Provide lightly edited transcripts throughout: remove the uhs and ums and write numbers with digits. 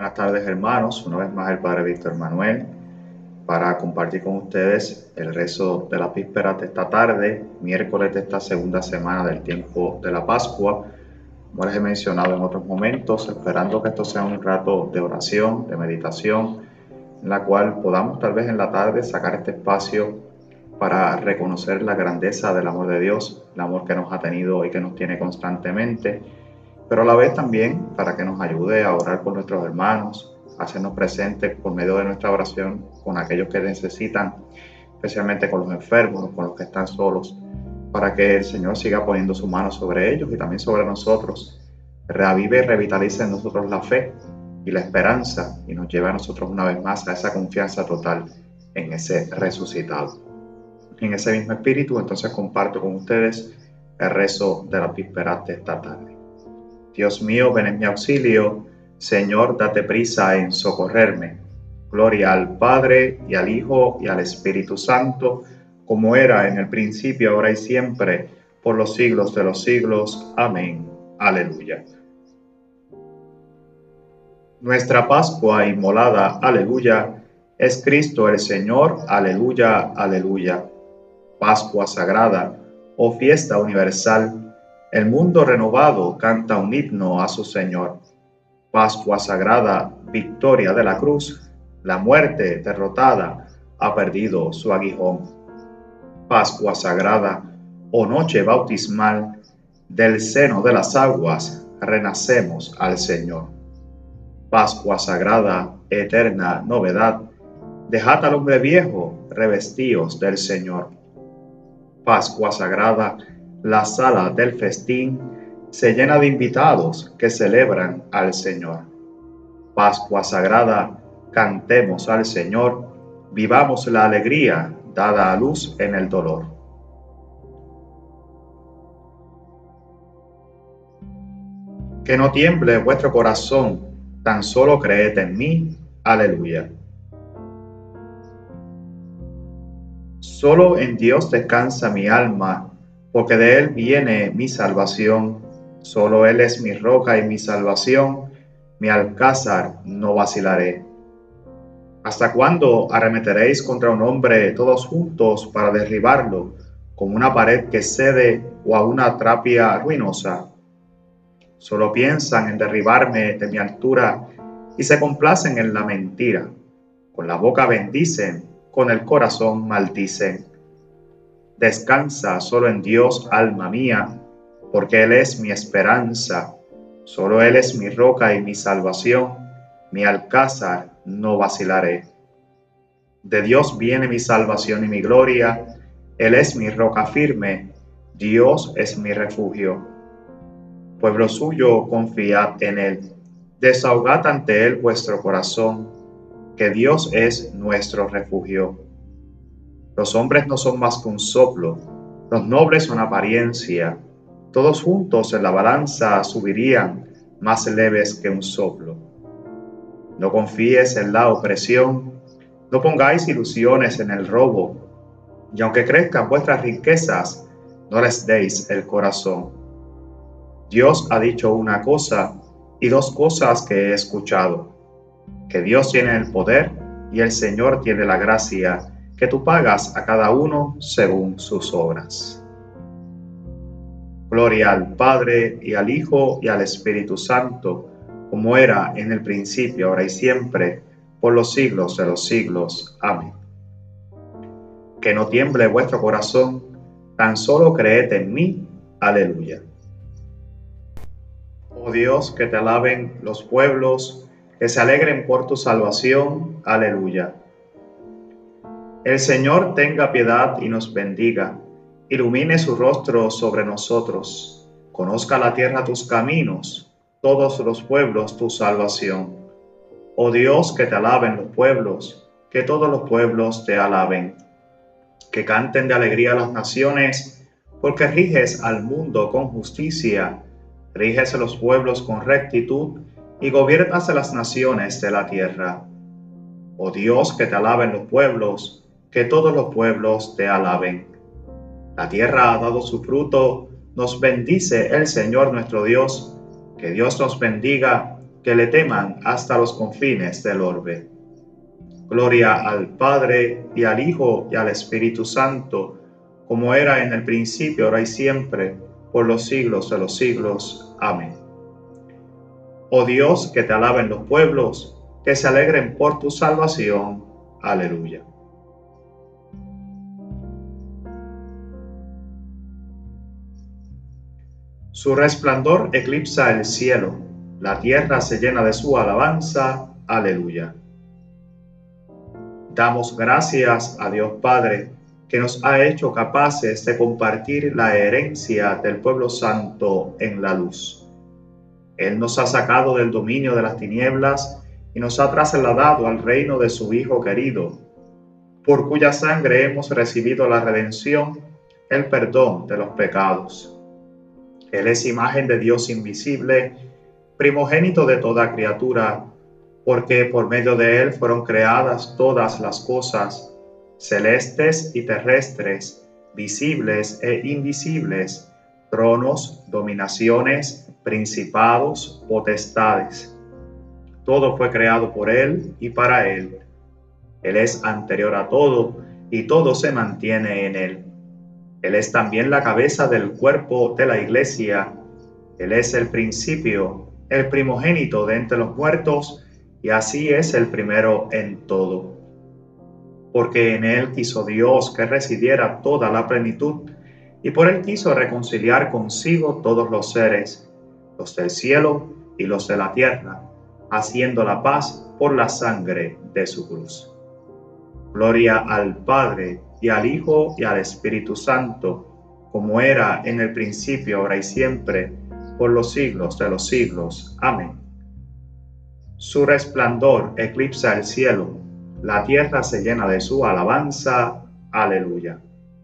Buenas tardes, hermanos. Una vez más el Padre Víctor Manuel para compartir con ustedes el rezo de las vísperas de esta tarde, miércoles de esta segunda semana del tiempo de la Pascua. Como les he mencionado en otros momentos, esperando que esto sea un rato de oración, de meditación, en la cual podamos tal vez en la tarde sacar este espacio para reconocer la grandeza del amor de Dios, el amor que nos ha tenido y que nos tiene constantemente, pero a la vez también para que nos ayude a orar por nuestros hermanos, a hacernos presentes por medio de nuestra oración con aquellos que necesitan, especialmente con los enfermos, con los que están solos, para que el Señor siga poniendo su mano sobre ellos y también sobre nosotros, reavive y revitalice en nosotros la fe y la esperanza y nos lleve a nosotros una vez más a esa confianza total en ese resucitado. En ese mismo espíritu, entonces comparto con ustedes el rezo de las vísperas de esta tarde. Dios mío, ven en mi auxilio. Señor, date prisa en socorrerme. Gloria al Padre, y al Hijo, y al Espíritu Santo, como era en el principio, ahora y siempre, por los siglos de los siglos. Amén. Aleluya. Nuestra Pascua inmolada, aleluya, es Cristo el Señor, aleluya, aleluya. Pascua sagrada, oh fiesta universal, el mundo renovado canta un himno a su Señor. Pascua sagrada, victoria de la cruz, la muerte derrotada ha perdido su aguijón. Pascua sagrada, oh noche bautismal, del seno de las aguas renacemos al Señor. Pascua sagrada, eterna novedad, dejad al hombre viejo, revestíos del Señor. Pascua sagrada, la sala del festín se llena de invitados que celebran al Señor. Pascua sagrada, cantemos al Señor, vivamos la alegría dada a luz en el dolor. Que no tiemble vuestro corazón, tan solo creed en mí. Aleluya. Solo en Dios descansa mi alma, porque de Él viene mi salvación. Solo Él es mi roca y mi salvación, mi alcázar no vacilaré. ¿Hasta cuándo arremeteréis contra un hombre todos juntos para derribarlo, como una pared que cede o a una tapia ruinosa? Solo piensan en derribarme de mi altura y se complacen en la mentira. Con la boca bendicen, con el corazón maldicen. Descansa solo en Dios, alma mía, porque Él es mi esperanza. Solo Él es mi roca y mi salvación, mi alcázar no vacilaré. De Dios viene mi salvación y mi gloria, Él es mi roca firme, Dios es mi refugio. Pueblo suyo, confiad en Él, desahogad ante Él vuestro corazón, que Dios es nuestro refugio. Los hombres no son más que un soplo, los nobles son apariencia, todos juntos en la balanza subirían más leves que un soplo. No confíes en la opresión, no pongáis ilusiones en el robo, y aunque crezcan vuestras riquezas, no les deis el corazón. Dios ha dicho una cosa y dos cosas que he escuchado, que Dios tiene el poder y el Señor tiene la gracia, que tú pagas a cada uno según sus obras. Gloria al Padre, y al Hijo, y al Espíritu Santo, como era en el principio, ahora y siempre, por los siglos de los siglos. Amén. Que no tiemble vuestro corazón, tan solo creed en mí. Aleluya. Oh Dios, que te alaben los pueblos, que se alegren por tu salvación. Aleluya. El Señor tenga piedad y nos bendiga, ilumine su rostro sobre nosotros, conozca la tierra tus caminos, todos los pueblos tu salvación. Oh Dios, que te alaben los pueblos, que todos los pueblos te alaben. Que canten de alegría las naciones, porque riges al mundo con justicia, rígese los pueblos con rectitud y gobiernas a las naciones de la tierra. Oh Dios, que te alaben los pueblos, que todos los pueblos te alaben. La tierra ha dado su fruto, nos bendice el Señor nuestro Dios. Que Dios nos bendiga, que que le teman hasta los confines del orbe. Gloria al Padre, y al Hijo, y al Espíritu Santo, como era en el principio, ahora y siempre, por los siglos de los siglos. Amén. Oh Dios, que te alaben los pueblos, que se alegren por tu salvación. Aleluya. Su resplandor eclipsa el cielo, la tierra se llena de su alabanza. Aleluya. Damos gracias a Dios Padre, que nos ha hecho capaces de compartir la herencia del pueblo santo en la luz. Él nos ha sacado del dominio de las tinieblas y nos ha trasladado al reino de su Hijo querido, por cuya sangre hemos recibido la redención, el perdón de los pecados. Él es imagen de Dios invisible, primogénito de toda criatura, porque por medio de Él fueron creadas todas las cosas, celestes y terrestres, visibles e invisibles, tronos, dominaciones, principados, potestades. Todo fue creado por Él y para Él. Él es anterior a todo y todo se mantiene en Él. Él es también la cabeza del cuerpo de la Iglesia. Él es el principio, el primogénito de entre los muertos, y así es el primero en todo. Porque en Él quiso Dios que residiera toda la plenitud, y por Él quiso reconciliar consigo todos los seres, los del cielo y los de la tierra, haciendo la paz por la sangre de su cruz. Gloria al Padre, y al Hijo, y al Espíritu Santo, como era en el principio, ahora y siempre, por los siglos de los siglos. Amén. Su resplandor eclipsa el cielo, la tierra se llena de su alabanza. Aleluya.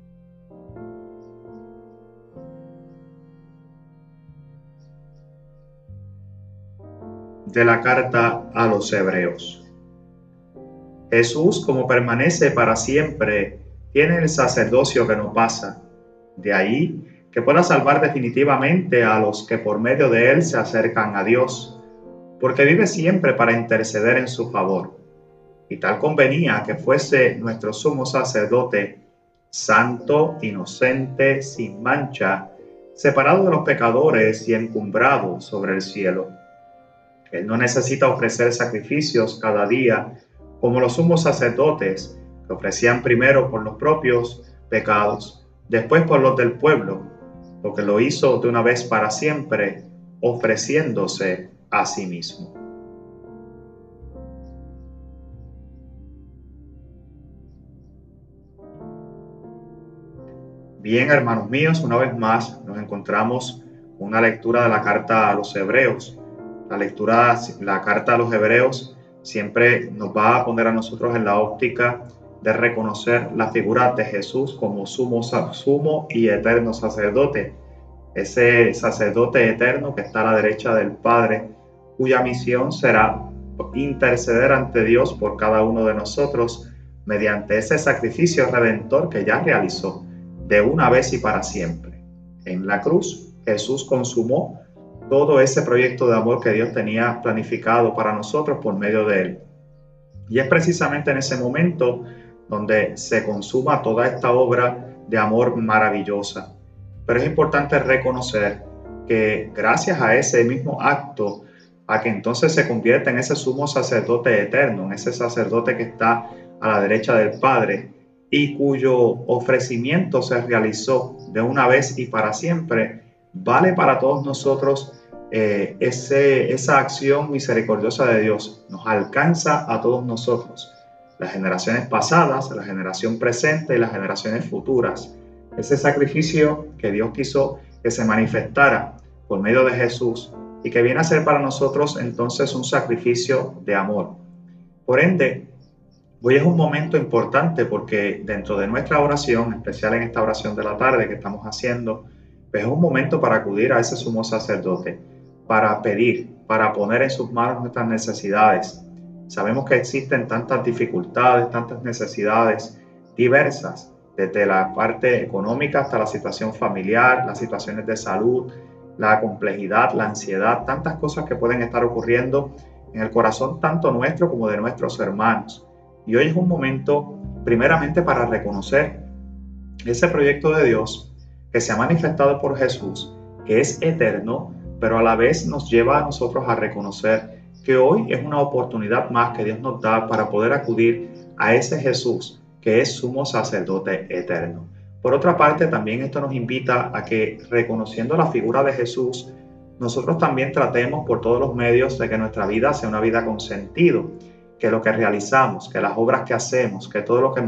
De la carta a los Hebreos. Jesús, como permanece para siempre, tiene el sacerdocio que no pasa. De ahí que pueda salvar definitivamente a los que por medio de él se acercan a Dios, porque vive siempre para interceder en su favor. Y tal convenía que fuese nuestro sumo sacerdote, santo, inocente, sin mancha, separado de los pecadores y encumbrado sobre el cielo. Él no necesita ofrecer sacrificios cada día, como los sumos sacerdotes, que ofrecían primero por los propios pecados, después por los del pueblo, porque lo hizo de una vez para siempre, ofreciéndose a sí mismo. Bien, hermanos míos, una vez más nos encontramos con una lectura de la carta a los Hebreos. La carta a los Hebreos siempre nos va a poner a nosotros en la óptica de reconocer la figura de Jesús como sumo y eterno sacerdote, ese sacerdote eterno que está a la derecha del Padre, cuya misión será interceder ante Dios por cada uno de nosotros mediante ese sacrificio redentor que ya realizó de una vez y para siempre. En la cruz, Jesús consumó todo ese proyecto de amor que Dios tenía planificado para nosotros por medio de él. Y es precisamente en ese momento donde se consuma toda esta obra de amor maravillosa. Pero es importante reconocer que gracias a ese mismo acto, a que entonces se convierte en ese sumo sacerdote eterno, en ese sacerdote que está a la derecha del Padre y cuyo ofrecimiento se realizó de una vez y para siempre, vale para todos nosotros. Esa acción misericordiosa de Dios nos alcanza a todos nosotros, las generaciones pasadas, la generación presente y las generaciones futuras. Ese sacrificio que Dios quiso que se manifestara por medio de Jesús y que viene a ser para nosotros entonces un sacrificio de amor. Por ende, hoy es un momento importante porque dentro de nuestra oración, en especial en esta oración de la tarde que estamos haciendo, pues es un momento para acudir a ese sumo sacerdote, para pedir, para poner en sus manos nuestras necesidades. Sabemos que existen tantas dificultades, tantas necesidades diversas, desde la parte económica hasta la situación familiar, las situaciones de salud, la complejidad, la ansiedad, tantas cosas que pueden estar ocurriendo en el corazón tanto nuestro como de nuestros hermanos. Y hoy es un momento primeramente para reconocer ese proyecto de Dios que se ha manifestado por Jesús, que es eterno, pero a la vez nos lleva a nosotros a reconocer que hoy es una oportunidad más que Dios nos da para poder acudir a ese Jesús que es sumo sacerdote eterno. Por otra parte, también esto nos invita a que, reconociendo la figura de Jesús, nosotros también tratemos por todos los medios de que nuestra vida sea una vida con sentido, que lo que realizamos, que las obras que hacemos, que todo lo que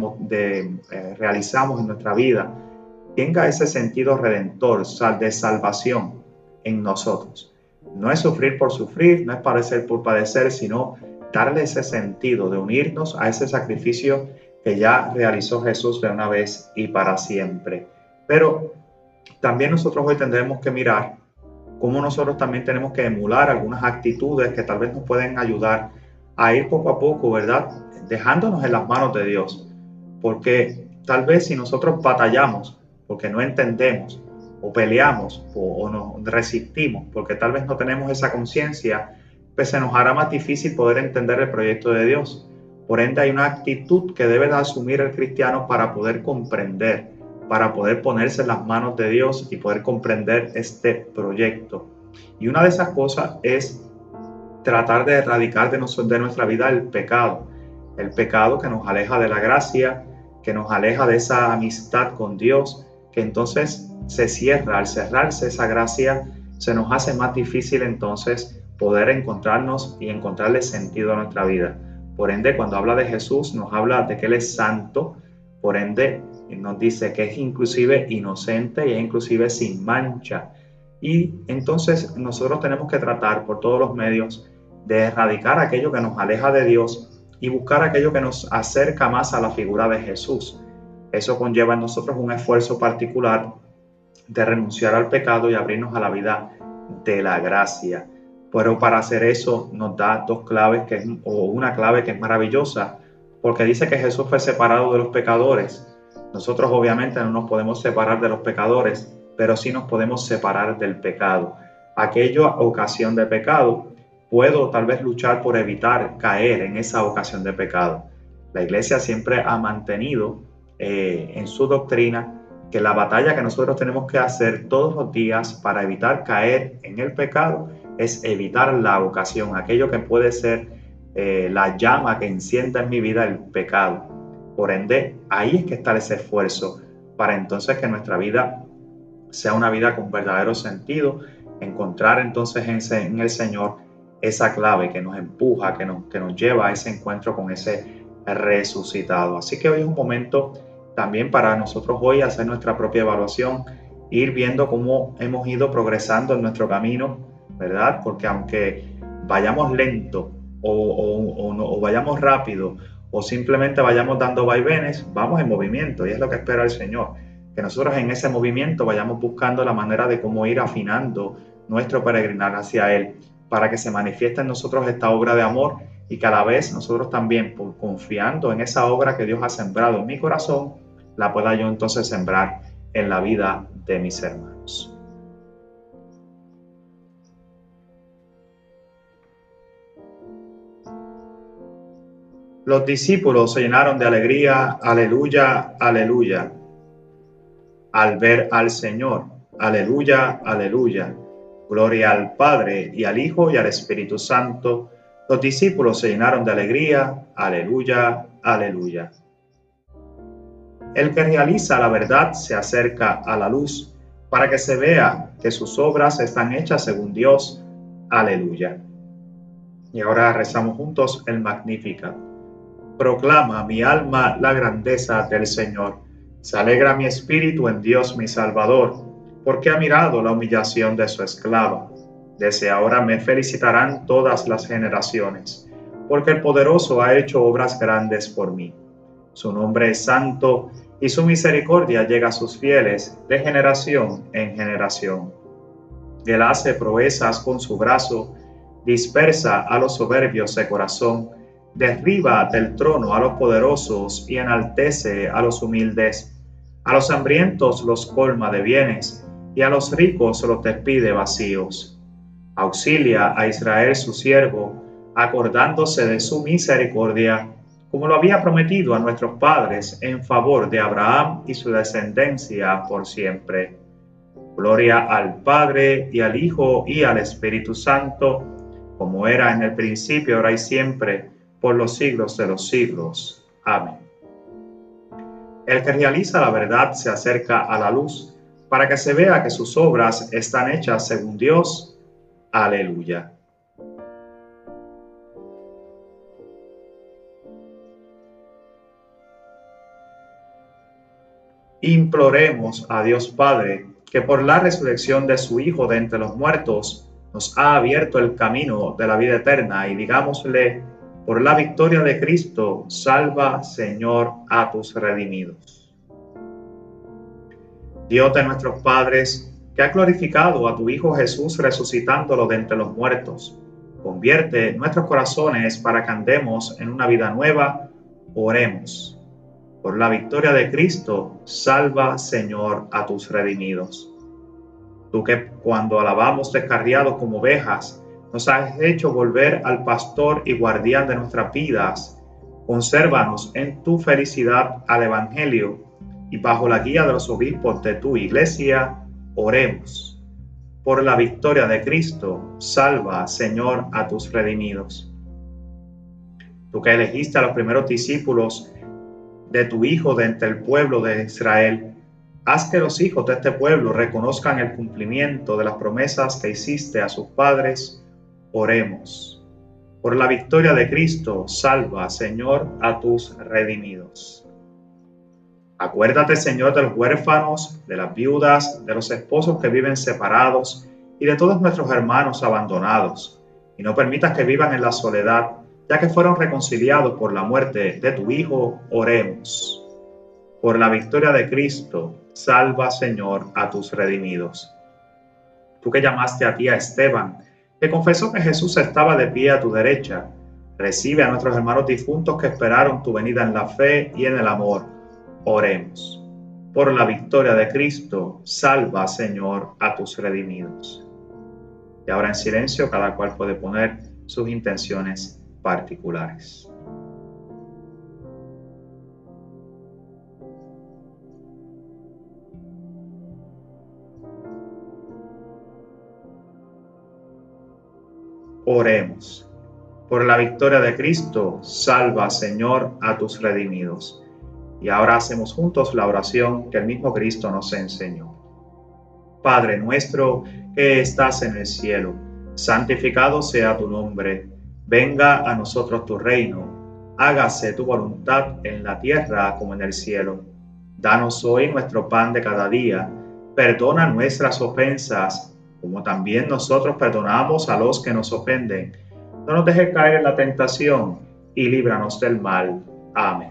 realizamos en nuestra vida tenga ese sentido redentor, de salvación en nosotros. No es sufrir por sufrir, no es padecer por padecer, sino darle ese sentido de unirnos a ese sacrificio que ya realizó Jesús de una vez y para siempre. Pero también nosotros hoy tendremos que mirar cómo nosotros también tenemos que emular algunas actitudes que tal vez nos pueden ayudar a ir poco a poco, ¿verdad? Dejándonos en las manos de Dios. Porque tal vez si nosotros batallamos, porque no entendemos, o peleamos, o nos resistimos, porque tal vez no tenemos esa conciencia, pues se nos hará más difícil poder entender el proyecto de Dios. Por ende, hay una actitud que debe de asumir el cristiano para poder comprender, para poder ponerse en las manos de Dios y poder comprender este proyecto. Y una de esas cosas es tratar de erradicar de nuestra vida el pecado que nos aleja de la gracia, que nos aleja de esa amistad con Dios, que entonces se cierra. Al cerrarse esa gracia, se nos hace más difícil entonces poder encontrarnos y encontrarle sentido a nuestra vida. Por ende, cuando habla de Jesús, nos habla de que Él es santo, por ende, nos dice que es inclusive inocente y es inclusive sin mancha. Y entonces nosotros tenemos que tratar por todos los medios de erradicar aquello que nos aleja de Dios y buscar aquello que nos acerca más a la figura de Jesús. Eso conlleva en nosotros un esfuerzo particular de renunciar al pecado y abrirnos a la vida de la gracia. Pero para hacer eso nos da dos claves, o una clave que es maravillosa, porque dice que Jesús fue separado de los pecadores. Nosotros obviamente no nos podemos separar de los pecadores, pero sí nos podemos separar del pecado. Aquella ocasión de pecado, puedo tal vez luchar por evitar caer en esa ocasión de pecado. La Iglesia siempre ha mantenido en su doctrina que la batalla que nosotros tenemos que hacer todos los días para evitar caer en el pecado es evitar la ocasión, aquello que puede ser la llama que encienda en mi vida el pecado. Por ende, ahí es que está ese esfuerzo para entonces que nuestra vida sea una vida con verdadero sentido, encontrar entonces en el Señor esa clave que nos empuja, que nos lleva a ese encuentro con ese resucitado. Así que hoy es un momento también para nosotros hoy hacer nuestra propia evaluación, ir viendo cómo hemos ido progresando en nuestro camino, ¿verdad? Porque aunque vayamos lento o vayamos rápido o simplemente vayamos dando vaivenes, vamos en movimiento y es lo que espera el Señor. Que nosotros en ese movimiento vayamos buscando la manera de cómo ir afinando nuestro peregrinar hacia Él, para que se manifieste en nosotros esta obra de amor y que a la vez nosotros también, confiando en esa obra que Dios ha sembrado en mi corazón, la pueda yo entonces sembrar en la vida de mis hermanos. Los discípulos se llenaron de alegría, aleluya, aleluya, al ver al Señor, aleluya, aleluya. Gloria al Padre, y al Hijo, y al Espíritu Santo. Los discípulos se llenaron de alegría. Aleluya, aleluya. El que realiza la verdad se acerca a la luz, para que se vea que sus obras están hechas según Dios. Aleluya. Y ahora rezamos juntos el Magnificat. Proclama mi alma la grandeza del Señor. Se alegra mi espíritu en Dios mi Salvador, porque ha mirado la humillación de su esclava. Desde ahora me felicitarán todas las generaciones, porque el Poderoso ha hecho obras grandes por mí. Su nombre es santo, y su misericordia llega a sus fieles de generación en generación. Él hace proezas con su brazo, dispersa a los soberbios de corazón, derriba del trono a los poderosos y enaltece a los humildes. A los hambrientos los colma de bienes, y a los ricos los despide vacíos. Auxilia a Israel su siervo, acordándose de su misericordia, como lo había prometido a nuestros padres, en favor de Abraham y su descendencia por siempre. Gloria al Padre, y al Hijo, y al Espíritu Santo, como era en el principio, ahora y siempre, por los siglos de los siglos. Amén. El que realiza la verdad se acerca a la luz, para que se vea que sus obras están hechas según Dios. Aleluya. Imploremos a Dios Padre, que por la resurrección de su Hijo de entre los muertos, nos ha abierto el camino de la vida eterna, y digámosle, por la victoria de Cristo, salva, Señor, a tus redimidos. Dios de nuestros padres, que ha glorificado a tu Hijo Jesús resucitándolo de entre los muertos, convierte nuestros corazones para que andemos en una vida nueva. Oremos. Por la victoria de Cristo, salva, Señor, a tus redimidos. Tú que cuando alabamos descarriados como ovejas, nos has hecho volver al pastor y guardián de nuestras vidas, consérvanos en tu felicidad al Evangelio, y bajo la guía de los obispos de tu Iglesia, oremos. Por la victoria de Cristo, salva, Señor, a tus redimidos. Tú que elegiste a los primeros discípulos de tu Hijo de entre el pueblo de Israel, haz que los hijos de este pueblo reconozcan el cumplimiento de las promesas que hiciste a sus padres. Oremos. Por la victoria de Cristo, salva, Señor, a tus redimidos. Acuérdate, Señor, de los huérfanos, de las viudas, de los esposos que viven separados y de todos nuestros hermanos abandonados, y no permitas que vivan en la soledad, ya que fueron reconciliados por la muerte de tu Hijo. Oremos. Por la victoria de Cristo, salva, Señor, a tus redimidos. Tú que llamaste a ti a Esteban, que confesó que Jesús estaba de pie a tu derecha, recibe a nuestros hermanos difuntos que esperaron tu venida en la fe y en el amor. Oremos. Por la victoria de Cristo, salva, Señor, a tus redimidos. Y ahora en silencio, cada cual puede poner sus intenciones particulares. Oremos. Por la victoria de Cristo, salva, Señor, a tus redimidos. Y ahora hacemos juntos la oración que el mismo Cristo nos enseñó. Padre nuestro que estás en el cielo, santificado sea tu nombre. Venga a nosotros tu reino, hágase tu voluntad en la tierra como en el cielo. Danos hoy nuestro pan de cada día, perdona nuestras ofensas, como también nosotros perdonamos a los que nos ofenden. No nos dejes caer en la tentación, y líbranos del mal. Amén.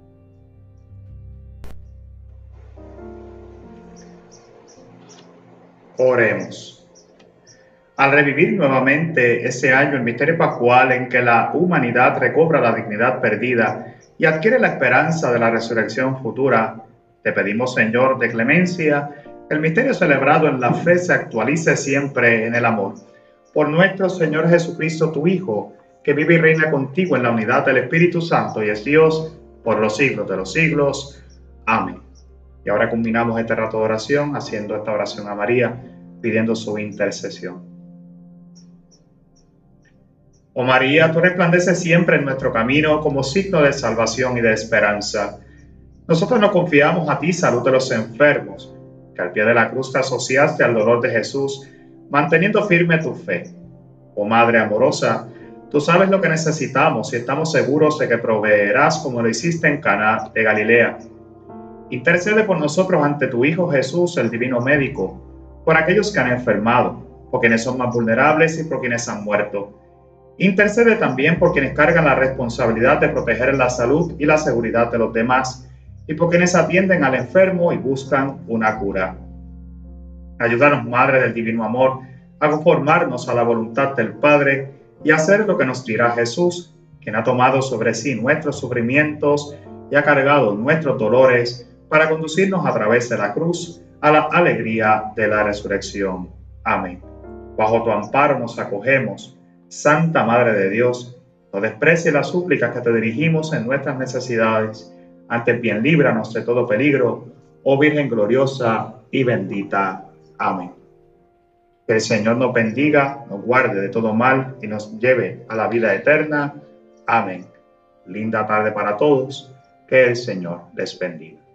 Oremos. Al revivir nuevamente ese año el misterio pascual en que la humanidad recobra la dignidad perdida y adquiere la esperanza de la resurrección futura, te pedimos, Señor, de clemencia, que el misterio celebrado en la fe se actualice siempre en el amor. Por nuestro Señor Jesucristo, tu Hijo, que vive y reina contigo en la unidad del Espíritu Santo y es Dios por los siglos de los siglos. Amén. Y ahora culminamos este rato de oración haciendo esta oración a María, pidiendo su intercesión. Oh María, tú resplandeces siempre en nuestro camino como signo de salvación y de esperanza. Nosotros nos confiamos a ti, salud de los enfermos, que al pie de la cruz te asociaste al dolor de Jesús, manteniendo firme tu fe. Oh Madre amorosa, tú sabes lo que necesitamos y estamos seguros de que proveerás como lo hiciste en Caná de Galilea. Intercede por nosotros ante tu Hijo Jesús, el Divino Médico, por aquellos que han enfermado, por quienes son más vulnerables y por quienes han muerto. Intercede también por quienes cargan la responsabilidad de proteger la salud y la seguridad de los demás, y por quienes atienden al enfermo y buscan una cura. Ayúdanos, Madre del Divino Amor, a conformarnos a la voluntad del Padre y a hacer lo que nos dirá Jesús, quien ha tomado sobre sí nuestros sufrimientos y ha cargado nuestros dolores para conducirnos a través de la cruz a la alegría de la resurrección. Amén. Bajo tu amparo nos acogemos, Santa Madre de Dios. No desprecies las súplicas que te dirigimos en nuestras necesidades. Antes bien, líbranos de todo peligro, oh Virgen gloriosa y bendita. Amén. Que el Señor nos bendiga, nos guarde de todo mal y nos lleve a la vida eterna. Amén. Linda tarde para todos. Que el Señor les bendiga.